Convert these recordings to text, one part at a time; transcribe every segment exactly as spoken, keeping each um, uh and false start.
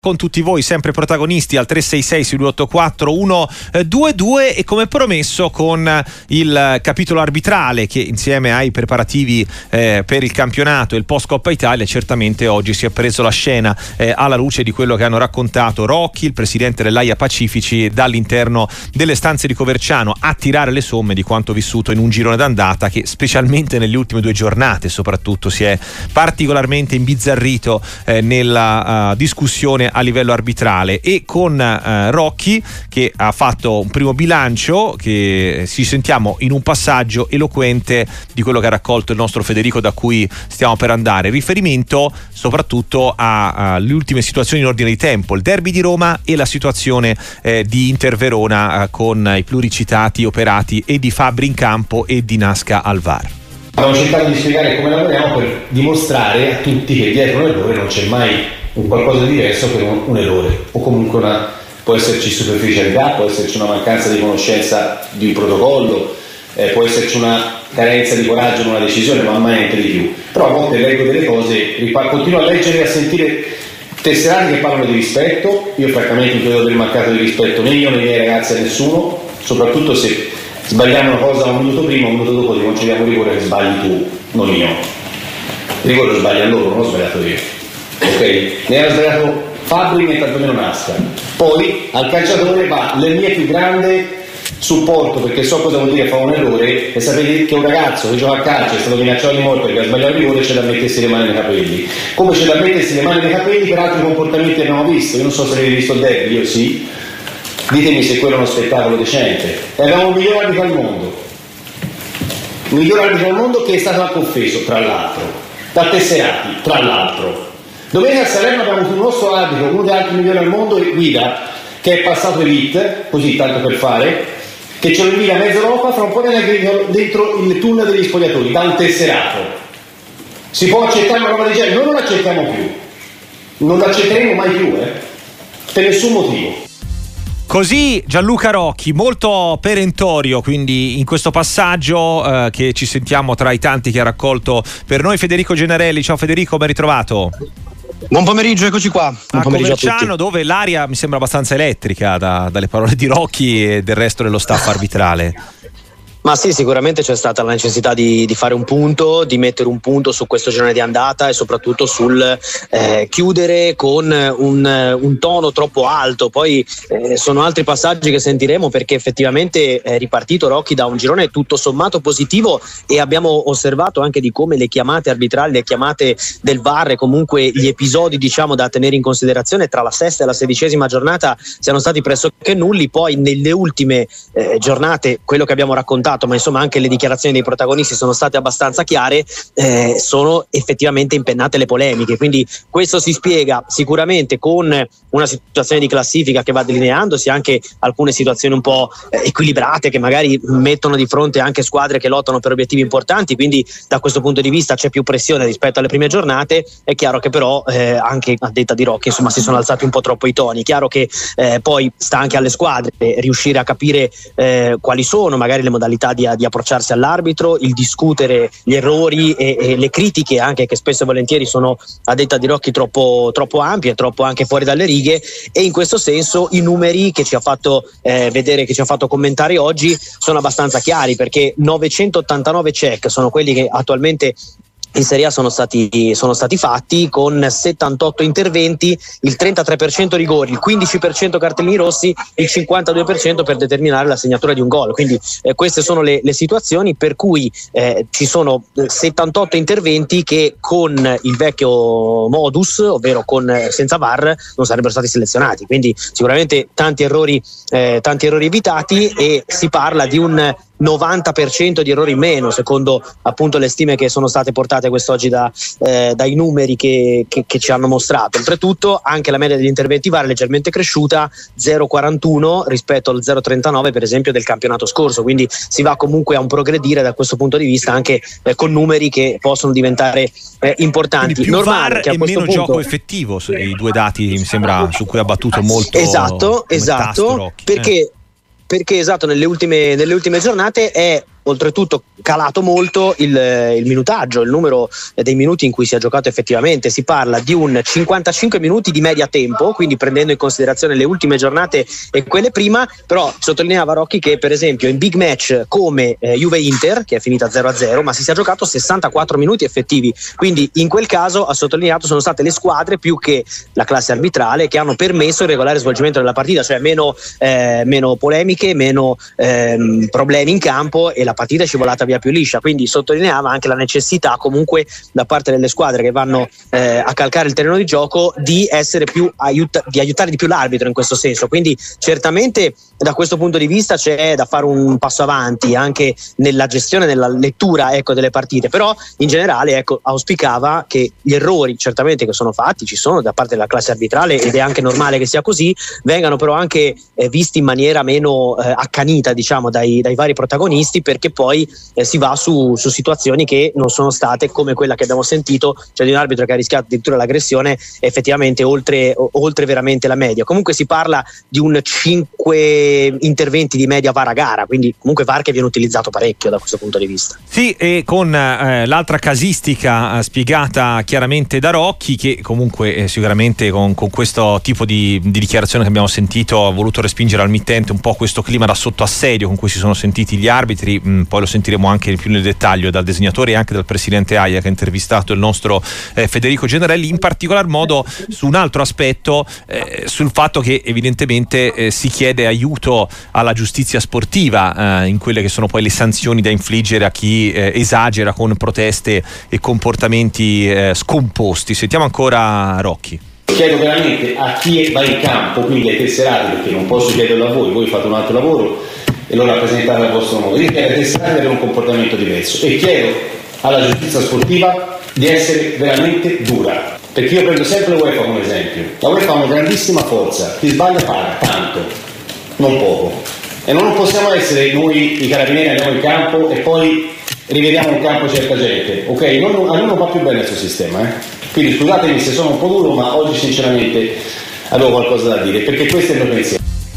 con tutti voi sempre protagonisti al tre sei sei sei due otto quattro uno due due e come promesso con il capitolo arbitrale che insieme ai preparativi eh, per il campionato e il post Coppa Italia certamente oggi si è preso la scena eh, alla luce di quello che hanno raccontato Rocchi, il presidente dell'A I A Pacifici, dall'interno delle stanze di Coverciano a tirare le somme di quanto vissuto in un girone d'andata che specialmente nelle ultime due giornate soprattutto si è particolarmente imbizzarrito eh, nella uh, discussione a livello arbitrale, e con eh, Rocchi che ha fatto un primo bilancio che ci sentiamo in un passaggio eloquente di quello che ha raccolto il nostro Federico, da cui stiamo per andare, riferimento soprattutto alle ultime situazioni in ordine di tempo, il derby di Roma e la situazione eh, di Inter Verona eh, con i pluricitati operati e di Fabbri in campo e di Nasca al V A R. Abbiamo cercato di spiegare come lavoriamo per dimostrare a tutti che dietro un errore non c'è mai un qualcosa di diverso per un, un errore, o comunque una, può esserci superficialità, può esserci una mancanza di conoscenza di un protocollo, eh, può esserci una carenza di coraggio in una decisione, ma mai niente di più. Però a volte leggo delle cose, continuo a leggere e a sentire tesserati che parlano di rispetto. Io francamente non credo aver mancato di rispetto né io né i miei ragazzi a nessuno, soprattutto se sbagliamo una cosa un minuto prima, un minuto dopo ti concediamo rigore che sbagli tu, non io. Il rigore lo sbaglia loro, non l'ho sbagliato io. Ok, ne era sbagliato Fabbri e tantomeno Nasca. Poi al calciatore va il mio più grande supporto, perché so cosa vuol dire fare un errore, e sapete che un ragazzo che gioca a calcio è stato minacciato di morte perché ha sbagliato il rigore, c'è da mettersi le mani nei capelli, come c'è da mettersi le mani nei capelli per altri comportamenti che abbiamo visto. Io non so se avete visto il derby, io sì, ditemi se quello è uno spettacolo decente. E abbiamo un miglior arbitro al mondo, il miglior arbitro al mondo, che è stato confesso tra l'altro da tesserati, tra l'altro. Domenica a Salerno abbiamo avuto un nostro arbitro, uno degli altri migliori al mondo, Guida, che è passato elite, così tanto per fare, che ce lo invia a mezza Europa, fra un po' dentro il tunnel degli spogliatori, da un tesserato. Si può accettare una roba del genere? Noi non l'accettiamo più, non l'accetteremo mai più, eh? Per nessun motivo. Così Gianluca Rocchi, molto perentorio quindi in questo passaggio eh, che ci sentiamo tra i tanti che ha raccolto per noi Federico Gennarelli. Ciao Federico, ben ritrovato. Buon pomeriggio, eccoci qua. Buon a Coverciano, dove l'aria mi sembra abbastanza elettrica da, dalle parole di Rocchi e del resto dello staff arbitrale. Ma sì, sicuramente c'è stata la necessità di, di fare un punto, di mettere un punto su questo girone di andata e soprattutto sul eh, chiudere con un, un tono troppo alto. Poi eh, sono altri passaggi che sentiremo, perché effettivamente è ripartito Rocchi da un girone tutto sommato positivo, e abbiamo osservato anche di come le chiamate arbitrali, le chiamate del V A R e comunque gli episodi diciamo da tenere in considerazione tra la sesta e la sedicesima giornata siano stati pressoché nulli. Poi nelle ultime eh, giornate, quello che abbiamo raccontato, ma insomma anche le dichiarazioni dei protagonisti sono state abbastanza chiare, eh, sono effettivamente impennate le polemiche, quindi questo si spiega sicuramente con una situazione di classifica che va delineandosi, anche alcune situazioni un po' eh, equilibrate che magari mettono di fronte anche squadre che lottano per obiettivi importanti, quindi da questo punto di vista c'è più pressione rispetto alle prime giornate. È chiaro che però eh, anche a detta di Rocchi insomma si sono alzati un po' troppo i toni. Chiaro che eh, poi sta anche alle squadre riuscire a capire eh, quali sono magari le modalità Di, di approcciarsi all'arbitro, il discutere gli errori e, e le critiche anche che spesso e volentieri sono a detta di Rocchi troppo, troppo ampie, troppo anche fuori dalle righe, e in questo senso i numeri che ci ha fatto eh, vedere, che ci ha fatto commentare oggi sono abbastanza chiari, perché novecentottantanove check sono quelli che attualmente in Serie A sono stati, sono stati fatti, con settantotto interventi, il trentatré per cento rigori, il quindici per cento cartellini rossi, il cinquantadue per cento per determinare la segnatura di un gol. Quindi eh, queste sono le, le situazioni per cui eh, ci sono settantotto interventi che con il vecchio modus, ovvero con senza V A R, non sarebbero stati selezionati. Quindi sicuramente tanti errori, eh, tanti errori evitati, e si parla di un novanta per cento di errori in meno, secondo appunto le stime che sono state portate quest'oggi da, eh, dai numeri che, che, che ci hanno mostrato. Oltretutto anche la media degli interventi V A R è leggermente cresciuta, zero virgola quarantuno rispetto al zero virgola trentanove per esempio del campionato scorso, quindi si va comunque a un progredire da questo punto di vista, anche eh, con numeri che possono diventare eh, importanti. Quindi più Normale V A R che a e questo meno punto... gioco effettivo, i due dati mi sembra su cui ha battuto molto esatto, esatto, Rocchi, perché eh. perché esatto nelle ultime, nelle ultime giornate è oltretutto calato molto il, il minutaggio, il numero dei minuti in cui si è giocato effettivamente. Si parla di un cinquantacinque minuti di media tempo, quindi prendendo in considerazione le ultime giornate e quelle prima, però sottolineava Rocchi che per esempio in big match come eh, Juve-Inter, che è finita zero a zero, ma si sia giocato sessantaquattro minuti effettivi, quindi in quel caso ha sottolineato sono state le squadre più che la classe arbitrale che hanno permesso il regolare svolgimento della partita, cioè meno, eh, meno polemiche, meno ehm, problemi in campo, e la partita è scivolata via più liscia. Quindi sottolineava anche la necessità comunque da parte delle squadre che vanno eh, a calcare il terreno di gioco di essere più aiuta- di aiutare di più l'arbitro in questo senso. Quindi certamente da questo punto di vista c'è da fare un passo avanti anche nella gestione, nella lettura ecco, delle partite, però in generale ecco, auspicava che gli errori certamente che sono fatti, ci sono da parte della classe arbitrale ed è anche normale che sia così, vengano però anche eh, visti in maniera meno eh, accanita diciamo dai, dai vari protagonisti, perché poi eh, si va su, su situazioni che non sono state come quella che abbiamo sentito, cioè di un arbitro che ha rischiato addirittura l'aggressione effettivamente oltre, oltre veramente la media. Comunque si parla di un cinque interventi di media VAR a gara, quindi comunque VAR che viene utilizzato parecchio da questo punto di vista. Sì, e con eh, l'altra casistica eh, spiegata chiaramente da Rocchi, che comunque eh, sicuramente con, con questo tipo di, di dichiarazione che abbiamo sentito ha voluto respingere al mittente un po' questo clima da sottoassedio con cui si sono sentiti gli arbitri. Mh, poi lo sentiremo anche più nel dettaglio dal disegnatore e anche dal presidente Aia che ha intervistato il nostro eh, Federico Generelli, in particolar modo su un altro aspetto, eh, sul fatto che evidentemente eh, si chiede aiuto alla giustizia sportiva eh, in quelle che sono poi le sanzioni da infliggere a chi eh, esagera con proteste e comportamenti eh, scomposti. Sentiamo ancora Rocchi. Chiedo veramente a chi va in campo, quindi ai tesserati, perché non posso chiederlo a voi, voi fate un altro lavoro e lo rappresentate al vostro modo, io chiedo ai tesserati di avere un comportamento diverso e chiedo alla giustizia sportiva di essere veramente dura, perché io prendo sempre la UEFA come esempio. La UEFA ha una grandissima forza, chi sbaglia paga tanto, non poco, e non possiamo essere noi i carabinieri andiamo in campo e poi rivediamo in campo certa gente, ok? Non, a noi non va più bene il suo sistema, eh? Quindi scusatemi se sono un po' duro, ma oggi sinceramente avevo qualcosa da dire, perché questo è il mio pensiero.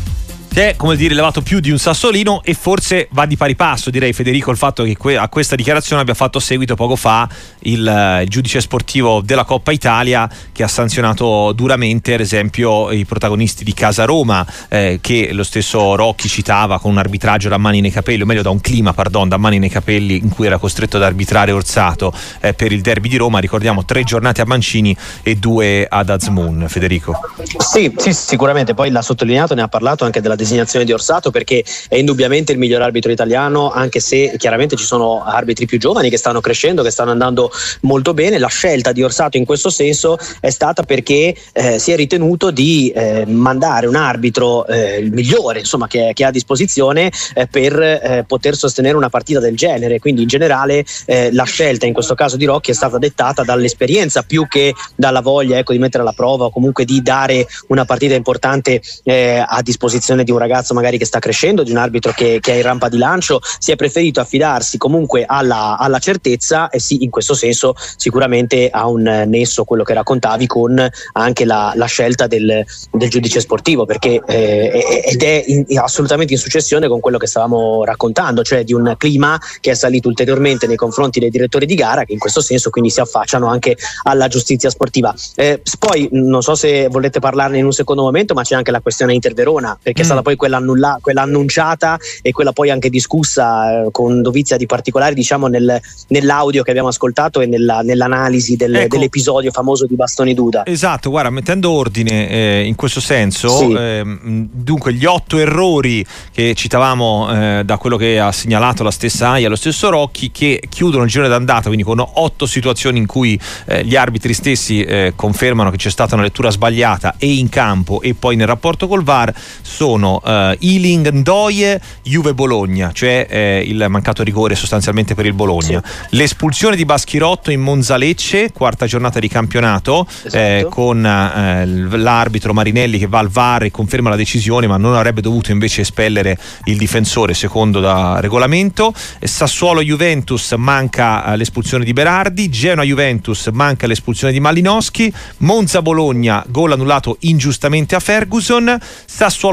È come dire levato più di un sassolino, e forse va di pari passo, direi Federico, il fatto che que- a questa dichiarazione abbia fatto seguito poco fa il, uh, il giudice sportivo della Coppa Italia, che ha sanzionato duramente ad esempio i protagonisti di Casa Roma, eh, che lo stesso Rocchi citava con un arbitraggio da mani nei capelli, o meglio da un clima pardon da mani nei capelli in cui era costretto ad arbitrare Orsato eh, per il derby di Roma. Ricordiamo tre giornate a Mancini e due ad Azmoun. Federico. Sì, sì, sicuramente, poi l'ha sottolineato, ne ha parlato anche della designazione di Orsato, perché è indubbiamente il miglior arbitro italiano, anche se chiaramente ci sono arbitri più giovani che stanno crescendo, che stanno andando molto bene. La scelta di Orsato in questo senso è stata perché eh, si è ritenuto di eh, mandare un arbitro eh, il migliore insomma che, che ha a disposizione eh, per eh, poter sostenere una partita del genere. Quindi in generale eh, la scelta in questo caso di Rocchi è stata dettata dall'esperienza più che dalla voglia ecco, di mettere alla prova o comunque di dare una partita importante eh, a disposizione di un ragazzo magari che sta crescendo, di un arbitro che, che è in rampa di lancio. Si è preferito affidarsi comunque alla, alla certezza, e sì, in questo senso sicuramente ha un nesso quello che raccontavi con anche la, la scelta del, del giudice sportivo, perché eh, ed è in, assolutamente in successione con quello che stavamo raccontando, cioè di un clima che è salito ulteriormente nei confronti dei direttori di gara, che in questo senso quindi si affacciano anche alla giustizia sportiva. Eh, poi non so se volete parlarne in un secondo momento, ma c'è anche la questione Inter Verona, perché mm. è stata poi quella, annulla, quella annunciata e quella poi anche discussa eh, con dovizia di particolari diciamo nel, nell'audio che abbiamo ascoltato e nella, nell'analisi del, ecco, dell'episodio famoso di Bastoni Duda. Esatto, guarda, mettendo ordine eh, in questo senso, sì. eh, dunque gli otto errori che citavamo eh, da quello che ha segnalato la stessa Aia, lo stesso Rocchi, che chiudono il girone d'andata, quindi con otto situazioni in cui eh, gli arbitri stessi eh, confermano che c'è stata una lettura sbagliata e in campo e poi nel rapporto col VAR, sono uh, Ealing Ndoye, Juve Bologna, cioè eh, il mancato rigore sostanzialmente per il Bologna, sì. L'espulsione di Baschirotto in Monza Lecce, quarta giornata di campionato, esatto. eh, con eh, l'arbitro Marinelli che va al VAR e conferma la decisione, ma non avrebbe dovuto invece espellere il difensore secondo da regolamento. Sassuolo Juventus, manca eh, l'espulsione di Berardi. Genoa Juventus, manca l'espulsione di Malinowski. Monza Bologna, gol annullato ingiustamente a Ferguson. Sassuolo Fiorentina,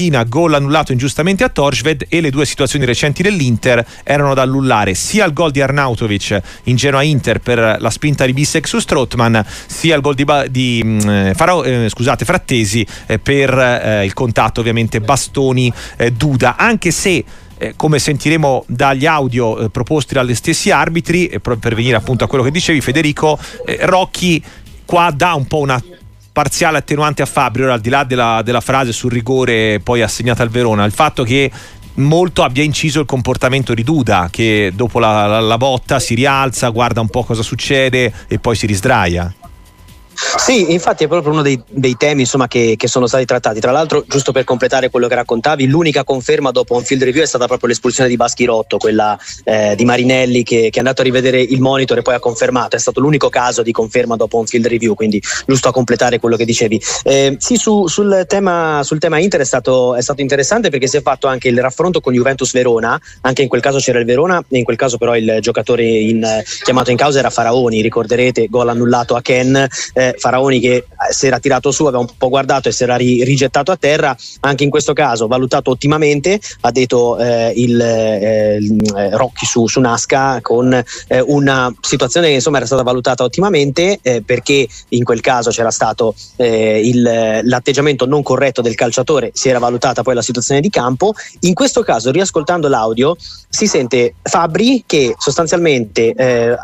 Fiorentina, gol annullato ingiustamente a Torshved, e le due situazioni recenti dell'Inter erano da annullare, sia il gol di Arnautovic in Genoa-Inter per la spinta di Bissek su Strootman, sia il gol di, di mh, Farao, eh, scusate, Frattesi eh, per eh, il contatto ovviamente Bastoni-Duda, anche se Eh, come sentiremo dagli audio eh, proposti dagli stessi arbitri, eh, per venire appunto a quello che dicevi Federico, eh, Rocchi qua dà un po' una parziale attenuante a Fabbri. Ora, al di là della, della frase sul rigore poi assegnata al Verona, il fatto che molto abbia inciso il comportamento di Duda, che dopo la, la, la botta si rialza, guarda un po' cosa succede e poi si risdraia. Sì, infatti è proprio uno dei, dei temi insomma che, che sono stati trattati. Tra l'altro, giusto per completare quello che raccontavi, l'unica conferma dopo un field review è stata proprio l'espulsione di Baschirotto, quella eh, di Marinelli, che, che è andato a rivedere il monitor e poi ha confermato. È stato l'unico caso di conferma dopo un field review, quindi giusto a completare quello che dicevi. Eh, sì, su, sul, tema, sul tema Inter è stato, è stato interessante, perché si è fatto anche il raffronto con Juventus Verona. Anche in quel caso c'era il Verona, e in quel caso però il giocatore in, chiamato in causa era Faraoni, ricorderete, gol annullato a Ken. Eh, Faraoni che si era tirato su, aveva un po' guardato e si era ri- rigettato a terra. Anche in questo caso valutato ottimamente, ha detto eh, il eh, Rocchi su, su Nasca, con eh, una situazione che insomma era stata valutata ottimamente, eh, perché in quel caso c'era stato eh, il, l'atteggiamento non corretto del calciatore, si era valutata poi la situazione di campo. In questo caso, riascoltando l'audio, si sente Fabbri che sostanzialmente eh,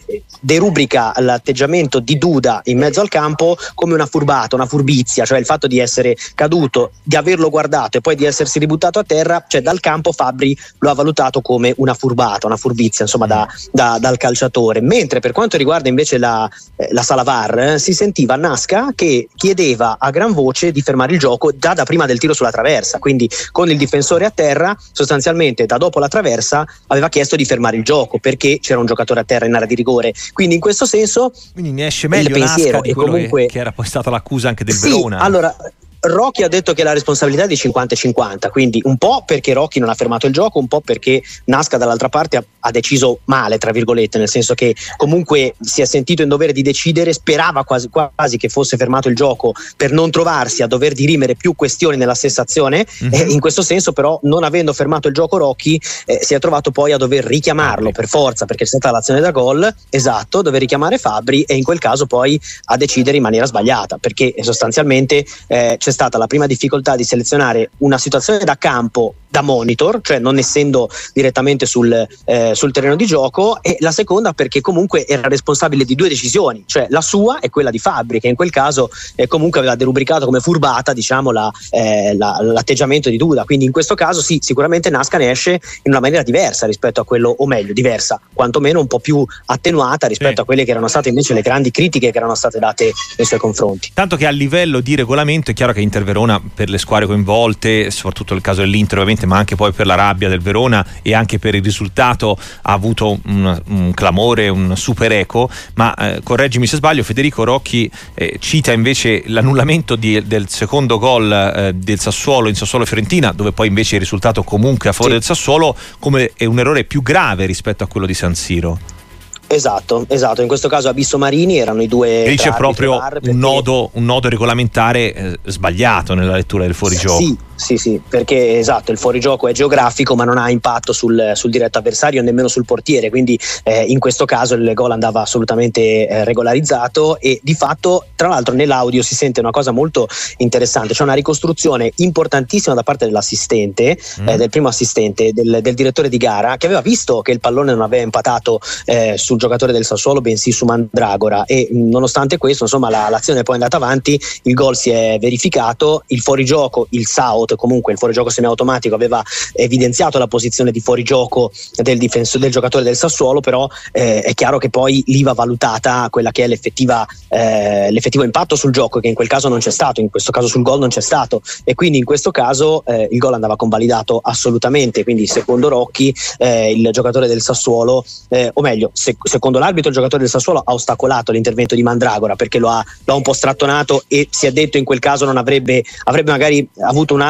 derubrica l'atteggiamento di Duda in mezzo al campo come una furbata, una furbizia, cioè il fatto di essere caduto, di averlo guardato e poi di essersi ributtato a terra, cioè dal campo Fabbri lo ha valutato come una furbata, una furbizia insomma da, da, dal calciatore. Mentre per quanto riguarda invece la, eh, la sala V A R, eh, si sentiva Nasca che chiedeva a gran voce di fermare il gioco già da prima del tiro sulla traversa, quindi con il difensore a terra, sostanzialmente da dopo la traversa aveva chiesto di fermare il gioco perché c'era un giocatore a terra in area di rigore. Quindi in questo senso quindi ne esce meglio il pensiero Nasca di e quello comunque che, che era poi stata l'accusa anche del sì, Verona. Allora, Rocchi ha detto che la responsabilità è di cinquanta e cinquanta, quindi un po' perché Rocchi non ha fermato il gioco, un po' perché Nasca dall'altra parte ha, ha deciso male, tra virgolette, nel senso che comunque si è sentito in dovere di decidere, sperava quasi, quasi che fosse fermato il gioco per non trovarsi a dover dirimere più questioni nella stessa azione. Mm-hmm. E in questo senso però, non avendo fermato il gioco Rocchi, eh, si è trovato poi a dover richiamarlo per forza, perché c'è stata l'azione da gol, esatto, dover richiamare Fabbri, e in quel caso poi a decidere in maniera sbagliata, perché sostanzialmente eh, c'è stata la prima difficoltà di selezionare una situazione da campo da monitor, cioè non essendo direttamente sul, eh, sul terreno di gioco, e la seconda perché comunque era responsabile di due decisioni, cioè la sua e quella di Fabbri, che in quel caso eh, comunque aveva derubricato come furbata, diciamo, la, eh, la, l'atteggiamento di Duda. Quindi in questo caso sì, sicuramente Nasca ne esce in una maniera diversa rispetto a quello, o meglio diversa, quantomeno un po' più attenuata rispetto sì. a quelle che erano state invece le grandi critiche che erano state date nei suoi confronti. Tanto che a livello di regolamento è chiaro che Inter Verona, per le squadre coinvolte, soprattutto nel caso dell'Inter ovviamente, ma anche poi per la rabbia del Verona e anche per il risultato, ha avuto un, un clamore, un super eco. Ma eh, correggimi se sbaglio Federico, Rocchi eh, cita invece l'annullamento di, del secondo gol eh, del Sassuolo in Sassuolo-Fiorentina, dove poi invece il risultato comunque a favore sì. del Sassuolo, come è un errore più grave rispetto a quello di San Siro. Esatto, esatto, in questo caso Abisso Marini erano i due. E c'è proprio perché... un nodo, un nodo regolamentare eh, sbagliato nella lettura del fuorigioco. Sì, sì, sì, perché esatto, il fuorigioco è geografico ma non ha impatto sul, sul diretto avversario, nemmeno sul portiere, quindi eh, in questo caso il gol andava assolutamente eh, regolarizzato. E di fatto, tra l'altro, nell'audio si sente una cosa molto interessante, c'è una ricostruzione importantissima da parte dell'assistente, mm. eh, del primo assistente, del, del direttore di gara, che aveva visto che il pallone non aveva impattato eh, sul giocatore del Sassuolo bensì su Mandragora, e nonostante questo insomma la, l'azione è poi andata avanti, il gol si è verificato, il fuorigioco, il S A U T, comunque il fuorigioco semiautomatico, aveva evidenziato la posizione di fuorigioco del difensore, del giocatore del Sassuolo, però eh, è chiaro che poi lì va valutata quella che è l'effettiva eh, l'effettivo impatto sul gioco, che in quel caso non c'è stato, in questo caso sul gol non c'è stato, e quindi in questo caso eh, il gol andava convalidato assolutamente. Quindi secondo Rocchi eh, il giocatore del Sassuolo, eh, o meglio se secondo l'arbitro il giocatore del Sassuolo ha ostacolato l'intervento di Mandragora, perché lo ha, lo ha un po' strattonato, e si è detto in quel caso non avrebbe avrebbe magari avuto un altro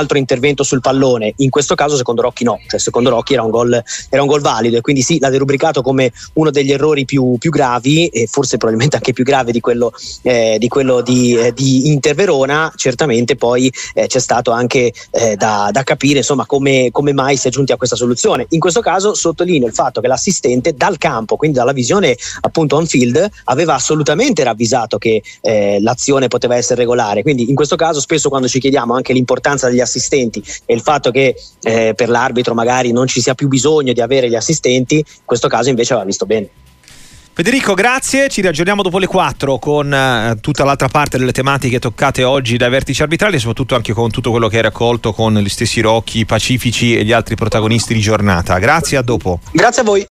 altro intervento sul pallone. In questo caso secondo Rocchi no, cioè secondo Rocchi era un gol, era un gol valido, e quindi sì, l'ha derubricato come uno degli errori più, più gravi, e forse probabilmente anche più grave di quello eh, di, quello di, eh, di Inter Verona. Certamente poi eh, c'è stato anche eh, da, da capire insomma come, come mai si è giunti a questa soluzione. In questo caso sottolineo il fatto che l'assistente dal campo, quindi dalla visione appunto on field, aveva assolutamente ravvisato che eh, l'azione poteva essere regolare. Quindi in questo caso spesso, quando ci chiediamo anche l'importanza degli assistenti e il fatto che eh, per l'arbitro magari non ci sia più bisogno di avere gli assistenti, in questo caso invece aveva visto bene. Federico, grazie, ci riaggiorniamo dopo le quattro con uh, tutta l'altra parte delle tematiche toccate oggi dai vertici arbitrali, e soprattutto anche con tutto quello che hai raccolto con gli stessi Rocchi, Pacifici e gli altri protagonisti di giornata. Grazie, a dopo. Grazie a voi.